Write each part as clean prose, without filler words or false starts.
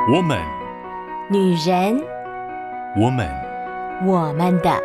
我们， 女人， 我们， 我们的。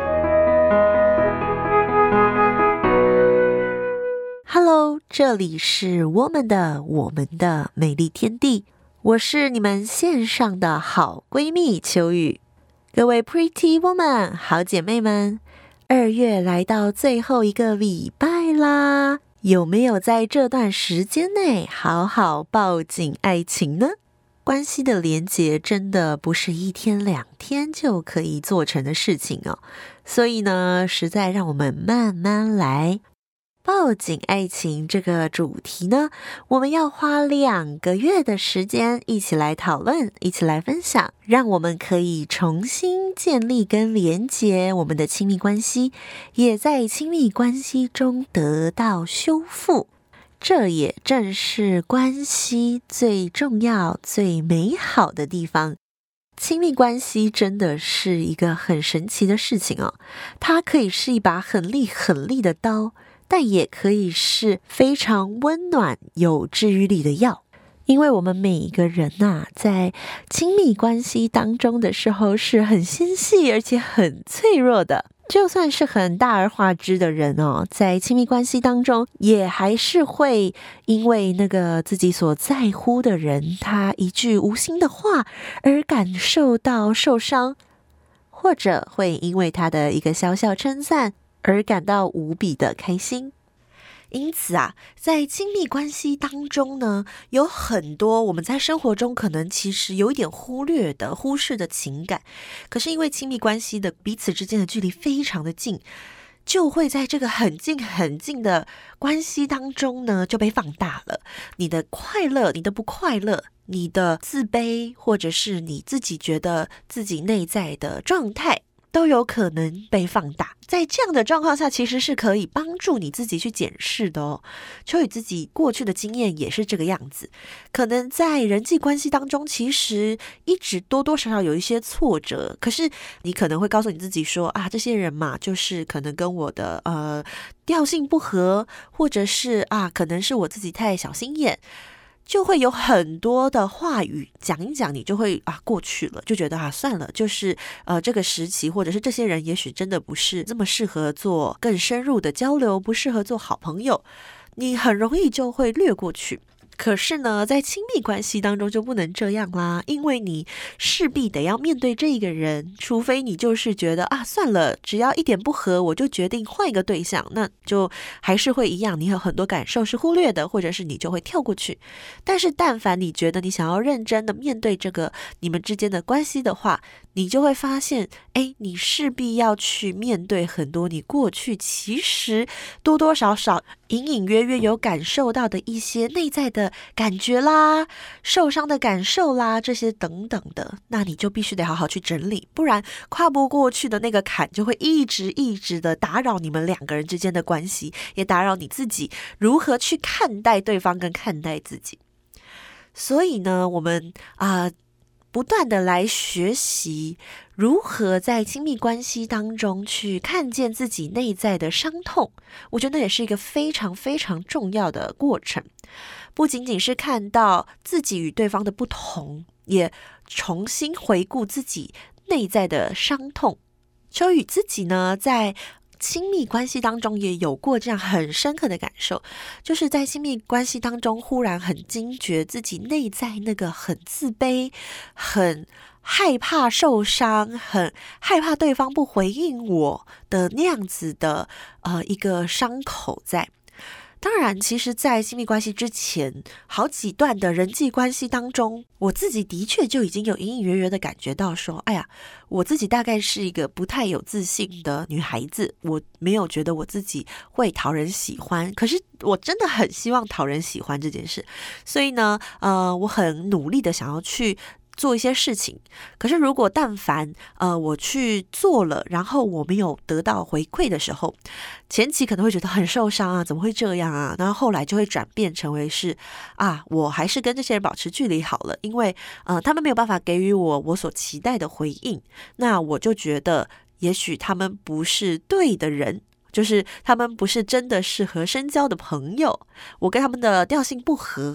Hello， 这里是我们的美丽天地，我是你们线上的好闺蜜秋雨。各位 Pretty Woman 好姐妹们，2月来到最后一个礼拜啦，有没有在这段时间内好好抱紧爱情呢？关系的连结真的不是1天2天就可以做成的事情哦，所以呢，实在让我们慢慢来。抱紧爱情这个主题呢，我们要花2个月的时间一起来讨论，一起来分享，让我们可以重新建立跟连结我们的亲密关系，也在亲密关系中得到修复。这也正是关系最重要、最美好的地方。亲密关系真的是一个很神奇的事情哦，它可以是一把很利很利的刀，但也可以是非常温暖有治愈力的药。因为我们每一个人啊，在亲密关系当中的时候是很纤细而且很脆弱的，就算是很大而化之的人哦，在亲密关系当中也还是会因为那个自己所在乎的人他一句无心的话而感受到受伤，或者会因为他的一个小小称赞而感到无比的开心。因此啊，在亲密关系当中呢，有很多我们在生活中可能其实有一点忽视的情感，可是因为亲密关系的彼此之间的距离非常的近，就会在这个很近很近的关系当中呢，就被放大了。你的快乐，你的不快乐，你的自卑，或者是你自己觉得自己内在的状态，都有可能被放大。在这样的状况下，其实是可以帮助你自己去检视的哦。秋雨自己过去的经验也是这个样子，可能在人际关系当中，其实一直多多少少有一些挫折，可是你可能会告诉你自己说啊，这些人嘛，就是可能跟我的调性不合，或者是啊，可能是我自己太小心眼，就会有很多的话语讲一讲，你就会过去了，就觉得算了，就是这个时期或者是这些人也许真的不是这么适合做更深入的交流，不适合做好朋友，你很容易就会略过去。可是呢，在亲密关系当中就不能这样啦，因为你势必得要面对这一个人，除非你就是觉得算了，只要一点不合我就决定换一个对象，那就还是会一样，你有很多感受是忽略的，或者是你就会跳过去。但是但凡你觉得你想要认真的面对这个你们之间的关系的话，你就会发现你势必要去面对很多你过去其实多多少少隐隐约约有感受到的一些内在的感觉啦，受伤的感受啦，这些等等的，那你就必须得好好去整理，不然跨不过去的那个坎就会一直的打扰你们2个人之间的关系，也打扰你自己如何去看待对方跟看待自己。所以呢，我们不断的来学习如何在亲密关系当中去看见自己内在的伤痛，我觉得也是一个非常非常重要的过程。不仅仅是看到自己与对方的不同，也重新回顾自己内在的伤痛。秋雨自己呢，在亲密关系当中也有过这样很深刻的感受，就是在亲密关系当中忽然很惊觉自己内在那个很自卑，很害怕受伤，很害怕对方不回应我的那样子的一个伤口在。当然，其实在亲密关系之前好几段的人际关系当中，我自己的确就已经有隐隐约约的感觉到说，我自己大概是一个不太有自信的女孩子，我没有觉得我自己会讨人喜欢，可是我真的很希望讨人喜欢这件事，所以呢，我很努力的想要去做一些事情，可是如果但凡我去做了，然后我没有得到回馈的时候，前期可能会觉得很受伤啊，怎么会这样啊？然后后来就会转变成为是我还是跟这些人保持距离好了，因为他们没有办法给予我所期待的回应，那我就觉得也许他们不是对的人，就是他们不是真的适合深交的朋友，我跟他们的调性不合，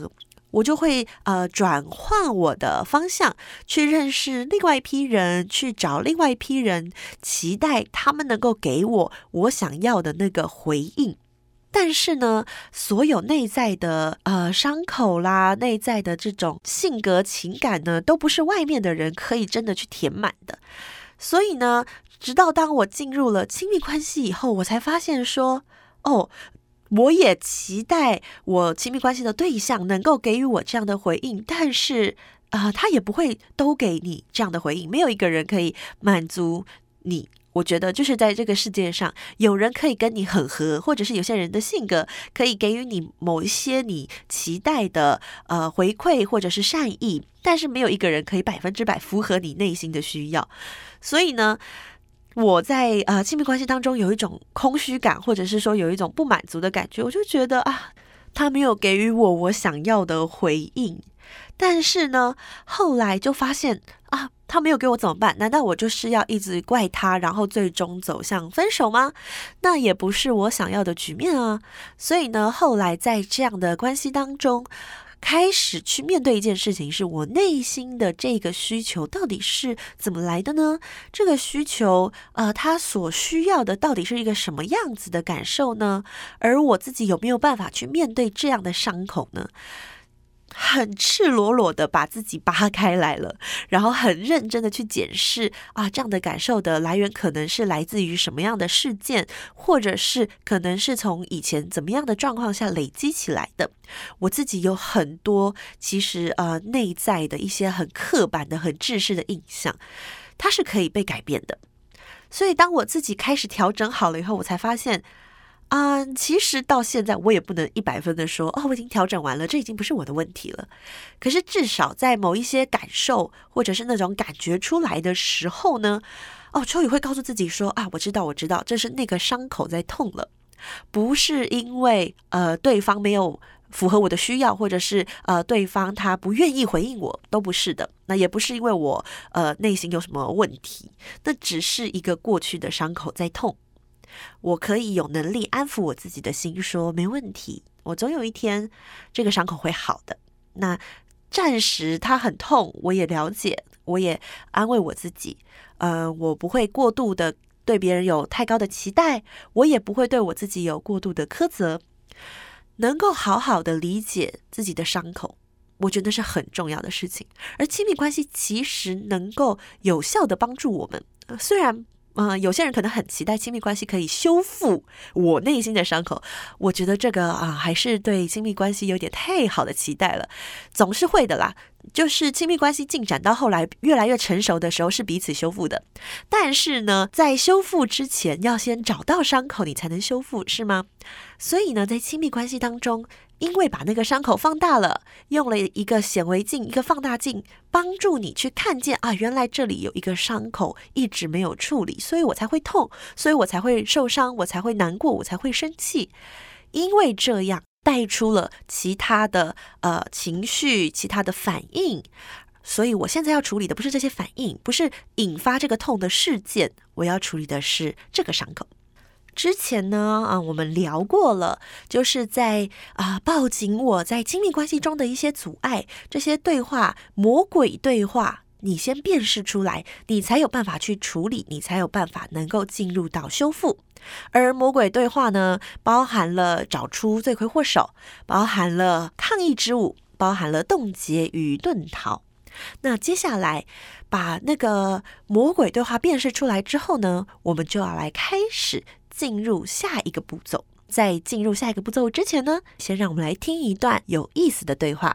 我就会转换我的方向，去认识另外一批人，去找另外一批人，期待他们能够给我想要的那个回应。但是呢，所有内在的伤口啦，内在的这种性格情感呢，都不是外面的人可以真的去填满的。所以呢，直到当我进入了亲密关系以后，我才发现说，我也期待我亲密关系的对象能够给予我这样的回应，但是他也不会都给你这样的回应，没有一个人可以满足你。我觉得就是在这个世界上，有人可以跟你很合，或者是有些人的性格可以给予你某一些你期待的回馈或者是善意，但是没有一个人可以100%符合你内心的需要。所以呢，我在亲密关系当中有一种空虚感，或者是说有一种不满足的感觉，我就觉得他没有给予我想要的回应。但是呢，后来就发现他没有给我怎么办？难道我就是要一直怪他，然后最终走向分手吗？那也不是我想要的局面啊。所以呢，后来在这样的关系当中，开始去面对一件事情，是我内心的这个需求到底是怎么来的呢？这个需求他所需要的到底是一个什么样子的感受呢？而我自己有没有办法去面对这样的伤口呢？很赤裸裸的把自己扒开来了，然后很认真的去检视这样的感受的来源可能是来自于什么样的事件，或者是可能是从以前怎么样的状况下累积起来的。我自己有很多其实内在的一些很刻板的很制式的印象，它是可以被改变的。所以当我自己开始调整好了以后，我才发现其实到现在我也不能100分的说我已经调整完了，这已经不是我的问题了。可是至少在某一些感受或者是那种感觉出来的时候呢，秋雨会告诉自己说我知道，这是那个伤口在痛了，不是因为对方没有符合我的需要，或者是对方他不愿意回应我，都不是的。那也不是因为我内心有什么问题，那只是一个过去的伤口在痛。我可以有能力安抚我自己的心，说没问题，我总有一天这个伤口会好的。那暂时它很痛，我也了解，我也安慰我自己，我不会过度的对别人有太高的期待，我也不会对我自己有过度的苛责，能够好好的理解自己的伤口，我觉得是很重要的事情。而亲密关系其实能够有效的帮助我们，虽然有些人可能很期待亲密关系可以修复我内心的伤口，我觉得这个还是对亲密关系有点太好的期待了。总是会的啦，就是亲密关系进展到后来越来越成熟的时候是彼此修复的，但是呢，在修复之前要先找到伤口，你才能修复，是吗？所以呢，在亲密关系当中，因为把那个伤口放大了，用了一个显微镜，一个放大镜，帮助你去看见原来这里有一个伤口一直没有处理，所以我才会痛，所以我才会受伤，我才会难过，我才会生气。因为这样带出了其他的情绪，其他的反应，所以我现在要处理的不是这些反应，不是引发这个痛的事件，我要处理的是这个伤口。之前呢我们聊过了，就是在抱紧我在亲密关系中的一些阻碍，这些对话，魔鬼对话，你先辨识出来，你才有办法去处理，你才有办法能够进入到修复。而魔鬼对话呢，包含了找出罪魁祸首，包含了抗议之舞，包含了冻结与遁逃。那接下来把那个魔鬼对话辨识出来之后呢，我们就要来开始进入下一个步骤。在进入下一个步骤之前呢，先让我们来听一段有意思的对话。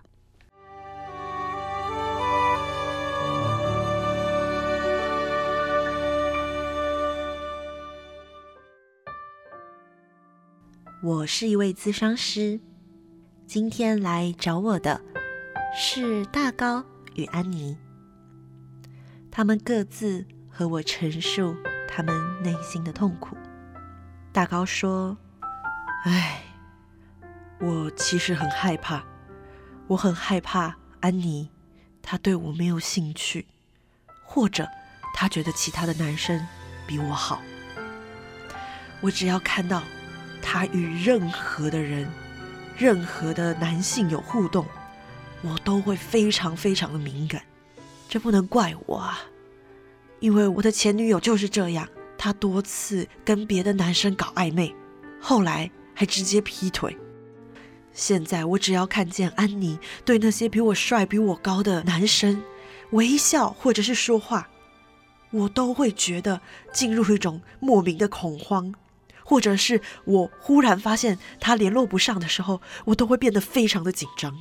我是一位咨商师，今天来找我的是大高与安妮，他们各自和我陈述他们内心的痛苦。大高说，我其实很害怕，我很害怕安妮她对我没有兴趣，或者她觉得其他的男生比我好。我只要看到她与任何的人，任何的男性有互动， 我都会非常非常的敏感。这不能怪我啊，因为我的前女友就是这样，她多次跟别的男生搞暧昧，后来还直接劈腿。现在我只要看见安妮对那些比我帅比我高的男生微笑或者是说话，我都会觉得进入一种莫名的恐慌，或者是我忽然发现他联络不上的时候，我都会变得非常的紧张。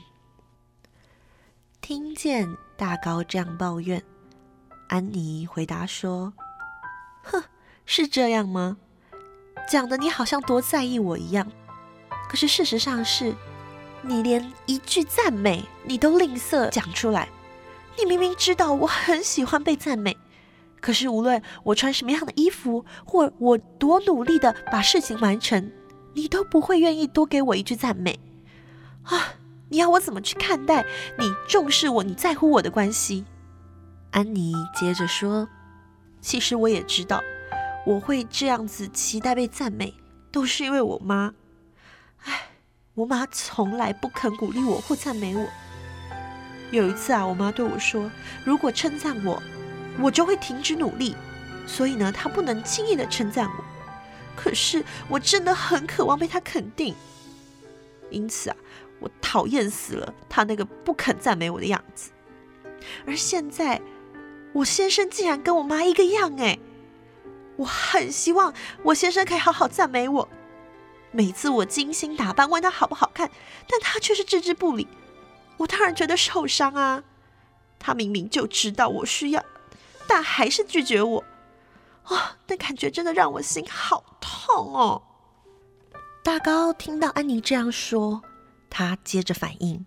听见大高这样抱怨，安妮回答说：哼，是这样吗？讲的你好像多在意我一样，可是事实上是你连一句赞美你都吝啬讲出来。你明明知道我很喜欢被赞美，可是无论我穿什么样的衣服，或我多努力的把事情完成，你都不会愿意多给我一句赞美啊！你要我怎么去看待你重视我、你在乎我的关系？安妮接着说：其实我也知道，我会这样子期待被赞美，都是因为我妈。我妈从来不肯鼓励我或赞美我。有一次啊，我妈对我说，如果称赞我，我就会停止努力，所以呢，她不能轻易的称赞我。可是我真的很渴望被她肯定，因此啊，我讨厌死了她那个不肯赞美我的样子。而现在，我先生竟然跟我妈一个样哎！我很希望我先生可以好好赞美我。每次我精心打扮问他好不好看，但他却是置之不理，我当然觉得受伤啊。他明明就知道我需要，但还是拒绝我。那感觉真的让我心好痛哦。大高听到安妮这样说，他接着反应：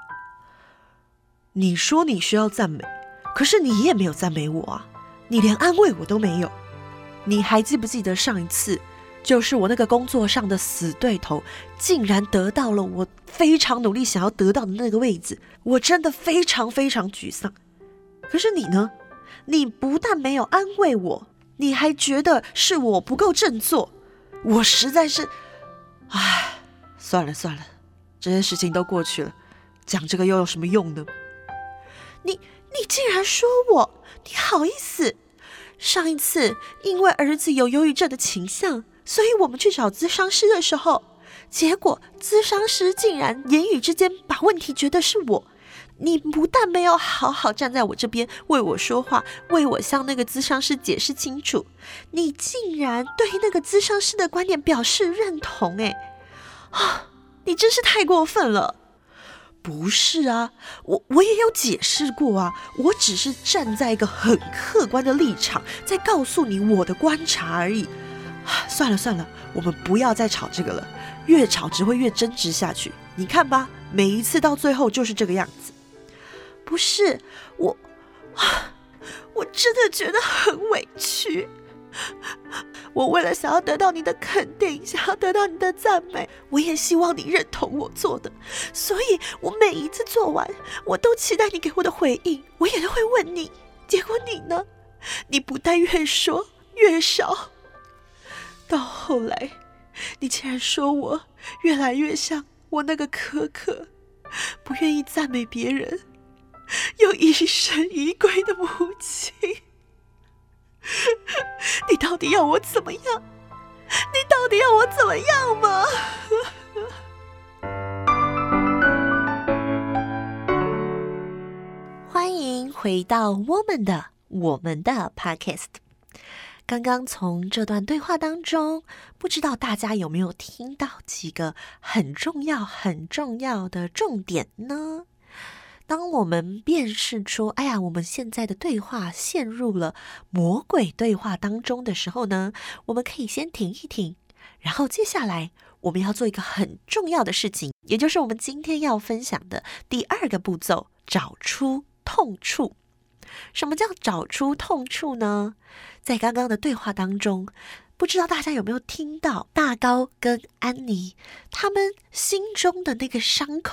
你说你需要赞美，可是你也没有赞美我啊，你连安慰我都没有。你还记不记得上一次，就是我那个工作上的死对头竟然得到了我非常努力想要得到的那个位置，我真的非常非常沮丧。可是你呢？你不但没有安慰我，你还觉得是我不够振作。我实在是……算了，这些事情都过去了，讲这个又有什么用呢？你竟然说我，你好意思？上一次因为儿子有忧郁症的倾向，所以我们去找咨商师的时候，结果咨商师竟然言语之间把问题觉得是我。你不但没有好好站在我这边为我说话，为我向那个咨商师解释清楚，你竟然对那个咨商师的观点表示认同。你真是太过分了。不是啊，我也有解释过啊，我只是站在一个很客观的立场，在告诉你我的观察而已。算了，我们不要再吵这个了，越吵只会越争执下去。你看吧，每一次到最后就是这个样子。不是，我真的觉得很委屈。我为了想要得到你的肯定，想要得到你的赞美，我也希望你认同我做的，所以我每一次做完，我都期待你给我的回应，我也会问你。结果你呢？你不但越说越少，到后来，你竟然说我越来越像我那个苛刻、不愿意赞美别人，又疑神疑鬼的母亲。你到底要我怎么样？你到底要我怎么样吗？欢迎回到我们的 Podcast。刚刚从这段对话当中，不知道大家有没有听到几个很重要的重点呢？当我们辨识出，我们现在的对话陷入了魔鬼对话当中的时候呢，我们可以先停一停，然后接下来我们要做一个很重要的事情，也就是我们今天要分享的第二个步骤，找出痛处。什么叫找出痛处呢？在刚刚的对话当中，不知道大家有没有听到大高跟安妮他们心中的那个伤口，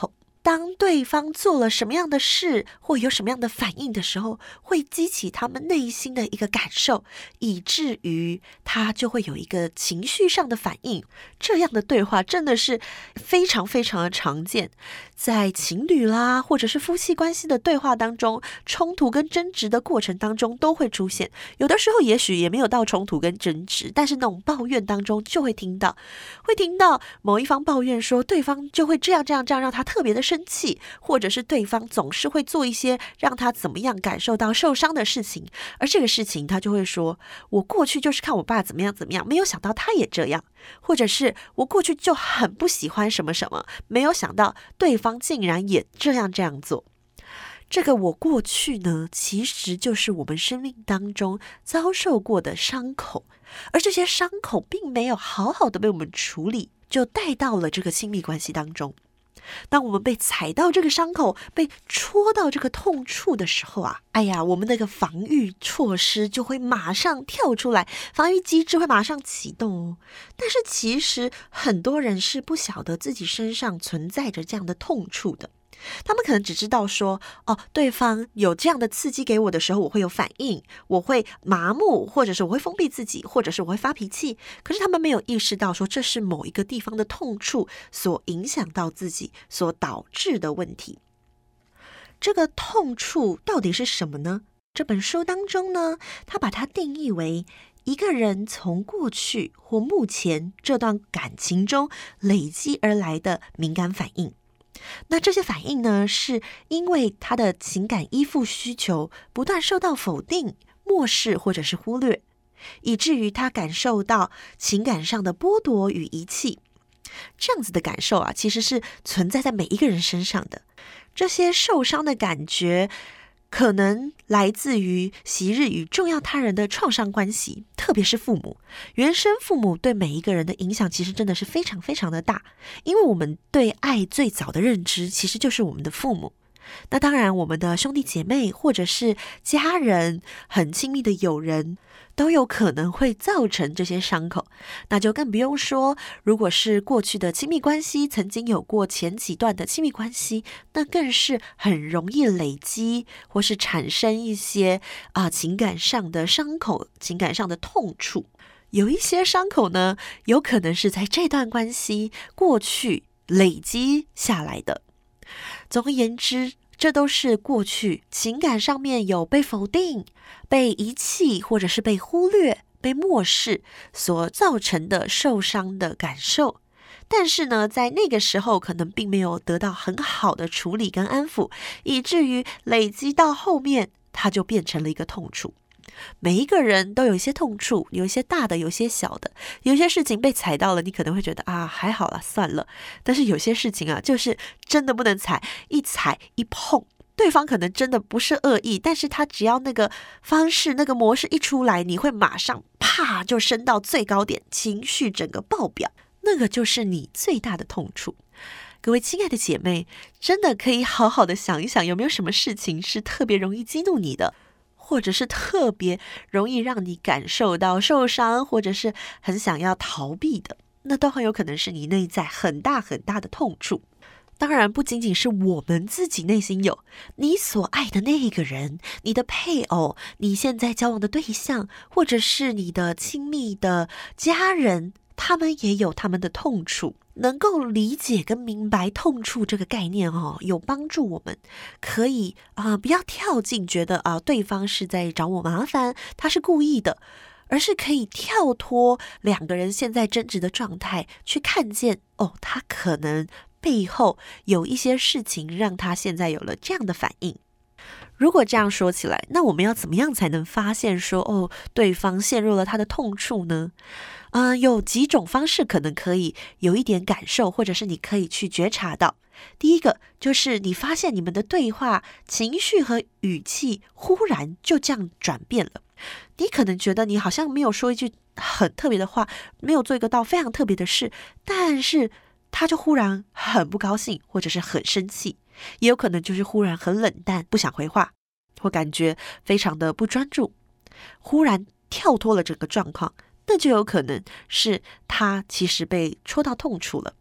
当对方做了什么样的事或有什么样的反应的时候，会激起他们内心的一个感受，以至于他就会有一个情绪上的反应。这样的对话真的是非常非常的常见，在情侣啦或者是夫妻关系的对话当中，冲突跟争执的过程当中都会出现。有的时候也许也没有到冲突跟争执，但是那种抱怨当中就会听到某一方抱怨说对方就会这样让他特别的生气，或者是对方总是会做一些让他怎么样感受到受伤的事情，而这个事情他就会说，我过去就是看我爸怎么样，没有想到他也这样，或者是我过去就很不喜欢什么什么，没有想到对方竟然也这样做。这个我过去呢，其实就是我们生命当中遭受过的伤口，而这些伤口并没有好好的被我们处理，就带到了这个亲密关系当中。当我们被踩到这个伤口，被戳到这个痛处的时候啊，我们那个防御措施就会马上跳出来，防御机制会马上启动哦。但是其实很多人是不晓得自己身上存在着这样的痛处的。他们可能只知道说，对方有这样的刺激给我的时候，我会有反应，我会麻木，或者是我会封闭自己，或者是我会发脾气。可是他们没有意识到说，这是某一个地方的痛处所影响到自己，所导致的问题。这个痛处到底是什么呢？这本书当中呢，他把它定义为一个人从过去或目前这段感情中累积而来的敏感反应。那这些反应呢，是因为他的情感依附需求不断受到否定、漠视或者是忽略，以至于他感受到情感上的剥夺与遗弃。这样子的感受啊，其实是存在在每一个人身上的。这些受伤的感觉可能来自于昔日与重要他人的创伤关系，特别是父母。原生父母对每一个人的影响其实真的是非常非常的大，因为我们对爱最早的认知其实就是我们的父母。那当然我们的兄弟姐妹或者是家人，很亲密的友人，都有可能会造成这些伤口。那就更不用说，如果是过去的亲密关系，曾经有过前几段的亲密关系，那更是很容易累积或是产生一些情感上的伤口，情感上的痛处。有一些伤口呢，有可能是在这段关系过去累积下来的。总而言之，这都是过去情感上面有被否定、被遗弃，或者是被忽略、被漠视所造成的受伤的感受。但是呢，在那个时候可能并没有得到很好的处理跟安抚，以至于累积到后面，它就变成了一个痛处。每一个人都有一些痛处，有一些大的，有一些小的。有些事情被踩到了，你可能会觉得还好啦，算了。但是有些事情就是真的不能踩，一踩一碰，对方可能真的不是恶意，但是他只要那个方式、那个模式一出来，你会马上啪就升到最高点，情绪整个爆表，那个就是你最大的痛处。各位亲爱的姐妹，真的可以好好的想一想，有没有什么事情是特别容易激怒你的，或者是特别容易让你感受到受伤，或者是很想要逃避的，那都很有可能是你内在很大很大的痛处。当然不仅仅是我们自己内心有，你所爱的那一个人，你的配偶，你现在交往的对象，或者是你的亲密的家人，他们也有他们的痛处。能够理解跟明白痛处这个概念有帮助我们可以不要跳进觉得对方是在找我麻烦，他是故意的，而是可以跳脱两个人现在争执的状态，去看见他可能背后有一些事情让他现在有了这样的反应。如果这样说起来，那我们要怎么样才能发现说对方陷入了他的痛处呢？有几种方式可能可以有一点感受，或者是你可以去觉察到。第一个就是你发现你们的对话情绪和语气忽然就这样转变了，你可能觉得你好像没有说一句很特别的话，没有做一个到非常特别的事，但是他就忽然很不高兴，或者是很生气，也有可能就是忽然很冷淡，不想回话，或感觉非常的不专注，忽然跳脱了整个状况，那就有可能是他其实被戳到痛处了。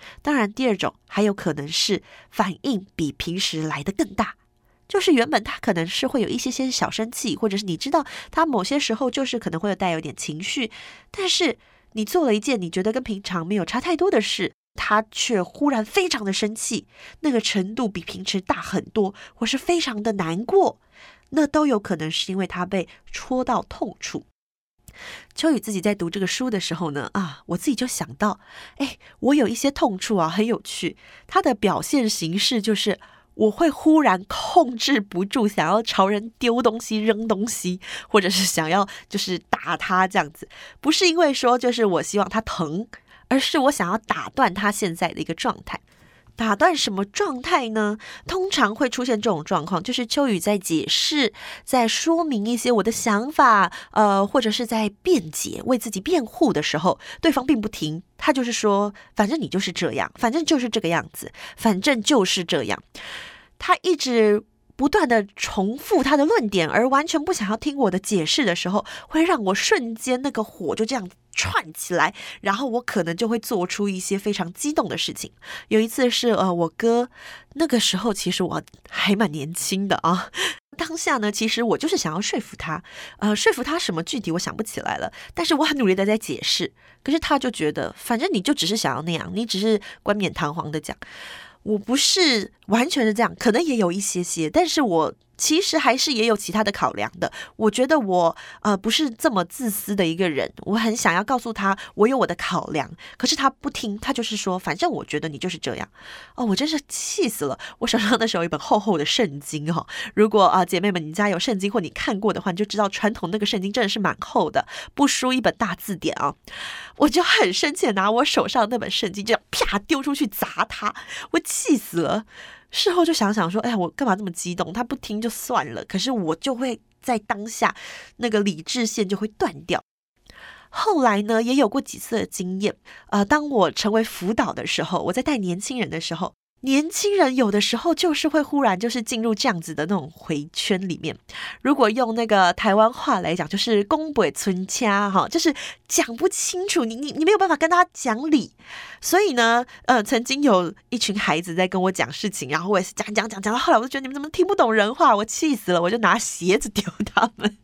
当然，第二种还有可能是反应比平时来得更大，就是原本他可能是会有一些小生气，或者是你知道他某些时候就是可能会带有点情绪，但是你做了一件你觉得跟平常没有差太多的事，他却忽然非常的生气，那个程度比平时大很多，或是非常的难过，那都有可能是因为他被戳到痛处。秋雨自己在读这个书的时候呢，我自己就想到，我有一些痛处啊，很有趣。它的表现形式就是我会忽然控制不住，想要朝人丢东西、扔东西，或者是想要就是打他这样子。不是因为说就是我希望他疼，而是我想要打断他现在的一个状态。打断什么状态呢？通常会出现这种状况，就是秋雨在解释、在说明一些我的想法，或者是在辩解、为自己辩护的时候，对方并不听，他就是说，反正你就是这样，反正就是这个样子，反正就是这样。他一直不断的重复他的论点，而完全不想要听我的解释的时候，会让我瞬间那个火就这样串起来，然后我可能就会做出一些非常激动的事情。有一次是我哥，那个时候其实我还蛮年轻的啊。当下呢，其实我就是想要说服他，说服他什么具体我想不起来了，但是我很努力的在解释，可是他就觉得反正你就只是想要那样，你只是冠冕堂皇的讲。我不是完全的这样，可能也有一些，但是我其实还是也有其他的考量的。我觉得我不是这么自私的一个人，我很想要告诉他我有我的考量，可是他不听，他就是说反正我觉得你就是这样。我真是气死了。我手上那时候有一本厚厚的圣经如果姐妹们你家有圣经或你看过的话，你就知道传统那个圣经真的是蛮厚的，不输一本大字典啊。我就很生气的拿我手上那本圣经这样啪丢出去砸他，我气死了。事后就想想说，我干嘛这么激动？他不听就算了，可是我就会在当下那个理智线就会断掉。后来呢，也有过几次的经验，当我成为辅导的时候，我在带年轻人的时候，年轻人有的时候就是会忽然就是进入这样子的那种回圈里面。如果用那个台湾话来讲，就是公不存掐就是讲不清楚，你没有办法跟他讲理。所以呢，曾经有一群孩子在跟我讲事情，然后我也是讲到后来，我就觉得你们怎么听不懂人话，我气死了，我就拿鞋子丢他们。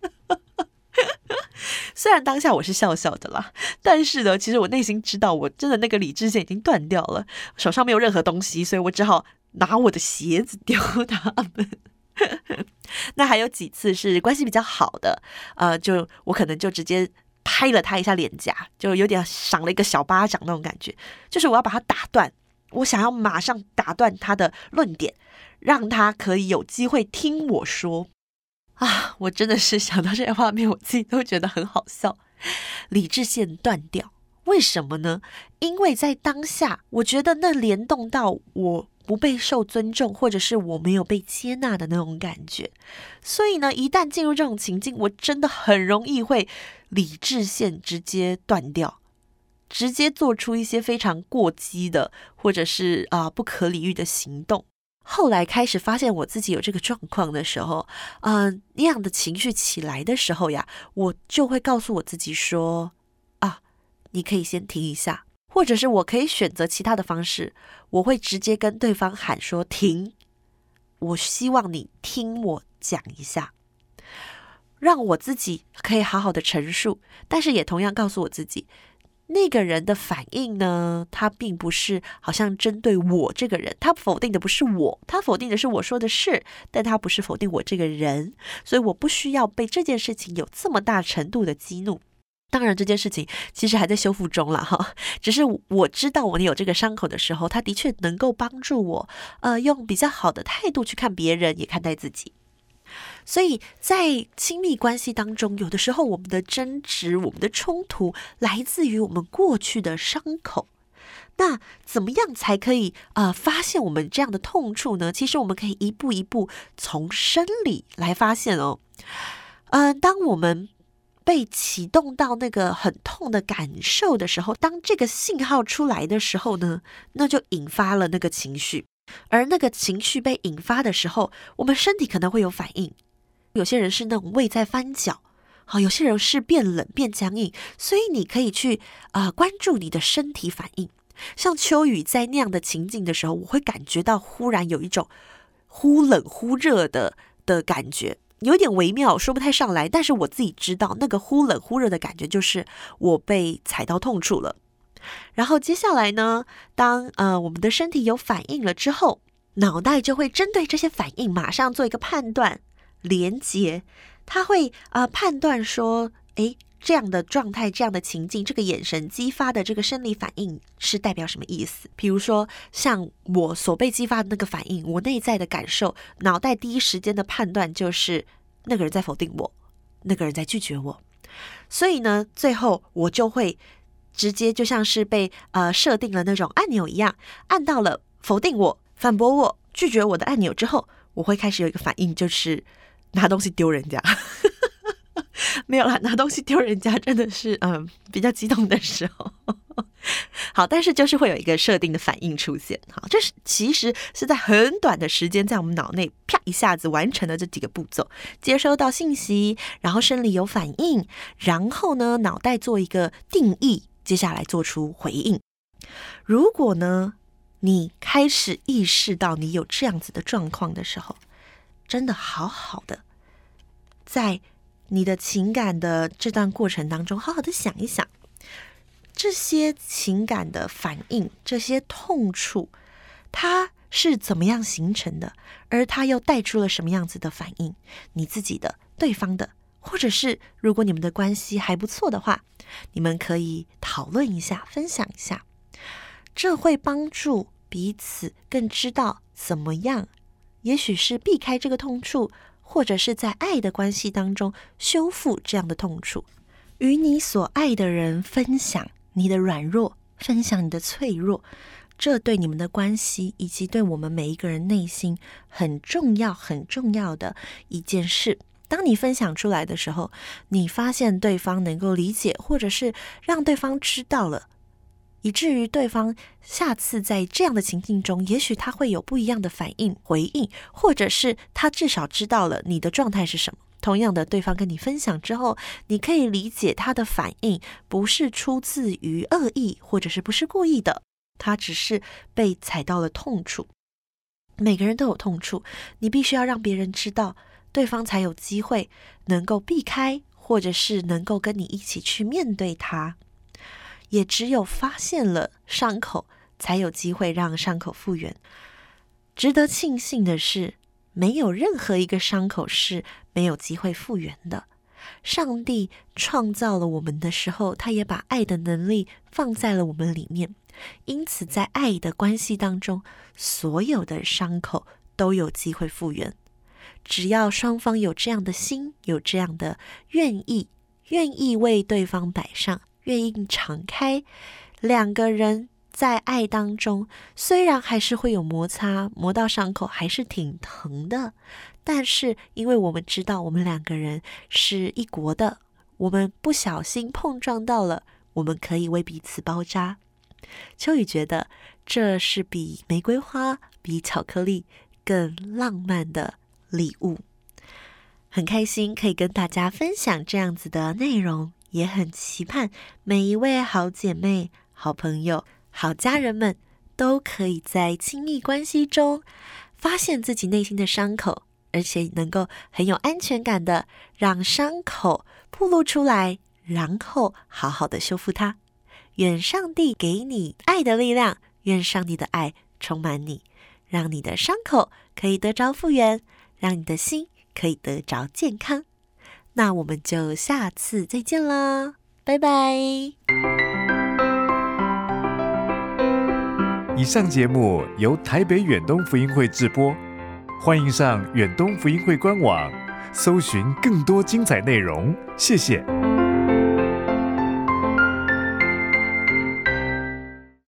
虽然当下我是笑笑的啦，但是呢，其实我内心知道，我真的那个理智线已经断掉了，手上没有任何东西，所以我只好拿我的鞋子丢他们。那还有几次是关系比较好的，就我可能就直接拍了他一下脸颊，就有点赏了一个小巴掌那种感觉，就是我要把他打断，我想要马上打断他的论点，让他可以有机会听我说。我真的是想到这些画面，我自己都觉得很好笑。理智线断掉，为什么呢？因为在当下，我觉得那联动到我不被受尊重，或者是我没有被接纳的那种感觉。所以呢，一旦进入这种情境，我真的很容易会理智线直接断掉，直接做出一些非常过激的，或者是不可理喻的行动。后来开始发现我自己有这个状况的时候，那样的情绪起来的时候呀，我就会告诉我自己说，你可以先停一下，或者是我可以选择其他的方式，我会直接跟对方喊说停，我希望你听我讲一下，让我自己可以好好的陈述，但是也同样告诉我自己，那个人的反应呢，他并不是好像针对我这个人，他否定的不是我，他否定的是我说的事，但他不是否定我这个人，所以我不需要被这件事情有这么大程度的激怒。当然这件事情其实还在修复中啦只是我知道我有这个伤口的时候，他的确能够帮助我用比较好的态度去看别人，也看待自己。所以在亲密关系当中，有的时候我们的争执，我们的冲突来自于我们过去的伤口。那怎么样才可以发现我们这样的痛处呢？其实我们可以一步一步从生理来发现当我们被启动到那个很痛的感受的时候，当这个信号出来的时候呢，那就引发了那个情绪。而那个情绪被引发的时候，我们身体可能会有反应。有些人是那种胃在翻搅，有些人是变冷变僵硬，所以你可以去关注你的身体反应。 像秋雨在那样的情境的时候，我会感觉到忽然有一种忽冷忽热的感觉，有点微妙，说不太上来，但是我自己知道那个忽冷忽热的感觉就是我被踩到痛处了。然后接下来呢，当我们的身体有反应了之后，脑袋就会针对这些反应马上做一个判断连结，它会判断说，这样的状态，这样的情境，这个眼神激发的这个生理反应是代表什么意思？比如说像我所被激发的那个反应，我内在的感受，脑袋第一时间的判断就是那个人在否定我，那个人在拒绝我。所以呢，最后我就会直接就像是被设定了那种按钮一样，按到了否定我、反驳我、拒绝我的按钮之后，我会开始有一个反应，就是拿东西丢人家。没有啦，拿东西丢人家真的是比较激动的时候。好，但是就是会有一个设定的反应出现。好，这是其实是在很短的时间，在我们脑内啪一下子完成了这几个步骤，接收到信息，然后生理有反应，然后呢脑袋做一个定义，接下来做出回应。如果呢你开始意识到你有这样子的状况的时候，真的好好的在你的情感的这段过程当中，好好的想一想，这些情感的反应，这些痛处，它是怎么样形成的，而它又带出了什么样子的反应，你自己的、对方的，或者是如果你们的关系还不错的话，你们可以讨论一下，分享一下，这会帮助彼此更知道怎么样，也许是避开这个痛处，或者是在爱的关系当中修复这样的痛处，与你所爱的人分享你的软弱，分享你的脆弱，这对你们的关系以及对我们每一个人内心很重要很重要的一件事。当你分享出来的时候，你发现对方能够理解，或者是让对方知道了，以至于对方下次在这样的情境中，也许他会有不一样的反应回应，或者是他至少知道了你的状态是什么。同样的，对方跟你分享之后，你可以理解他的反应不是出自于恶意，或者是不是故意的，他只是被踩到了痛处。每个人都有痛处，你必须要让别人知道，对方才有机会能够避开，或者是能够跟你一起去面对它。也只有发现了伤口，才有机会让伤口复原。值得庆幸的是，没有任何一个伤口是没有机会复原的。上帝创造了我们的时候，他也把爱的能力放在了我们里面，因此在爱的关系当中，所有的伤口都有机会复原。只要双方有这样的心，有这样的愿意为对方摆上，愿意敞开，两个人在爱当中，虽然还是会有摩擦，磨到伤口还是挺疼的，但是因为我们知道我们两个人是一国的，我们不小心碰撞到了，我们可以为彼此包扎。秋雨觉得这是比玫瑰花、比巧克力更浪漫的礼物，很开心可以跟大家分享这样子的内容，也很期盼每一位好姐妹、好朋友、好家人们都可以在亲密关系中发现自己内心的伤口，而且能够很有安全感的让伤口暴露出来，然后好好的修复它。愿上帝给你爱的力量，愿上帝的爱充满你，让你的伤口可以得着复原，让你的心可以得着健康。那我们就下次再见啦，拜拜。 以上节目由台北远东福音会制播，欢迎上远东福音会官网，搜寻更多精彩内容。谢谢。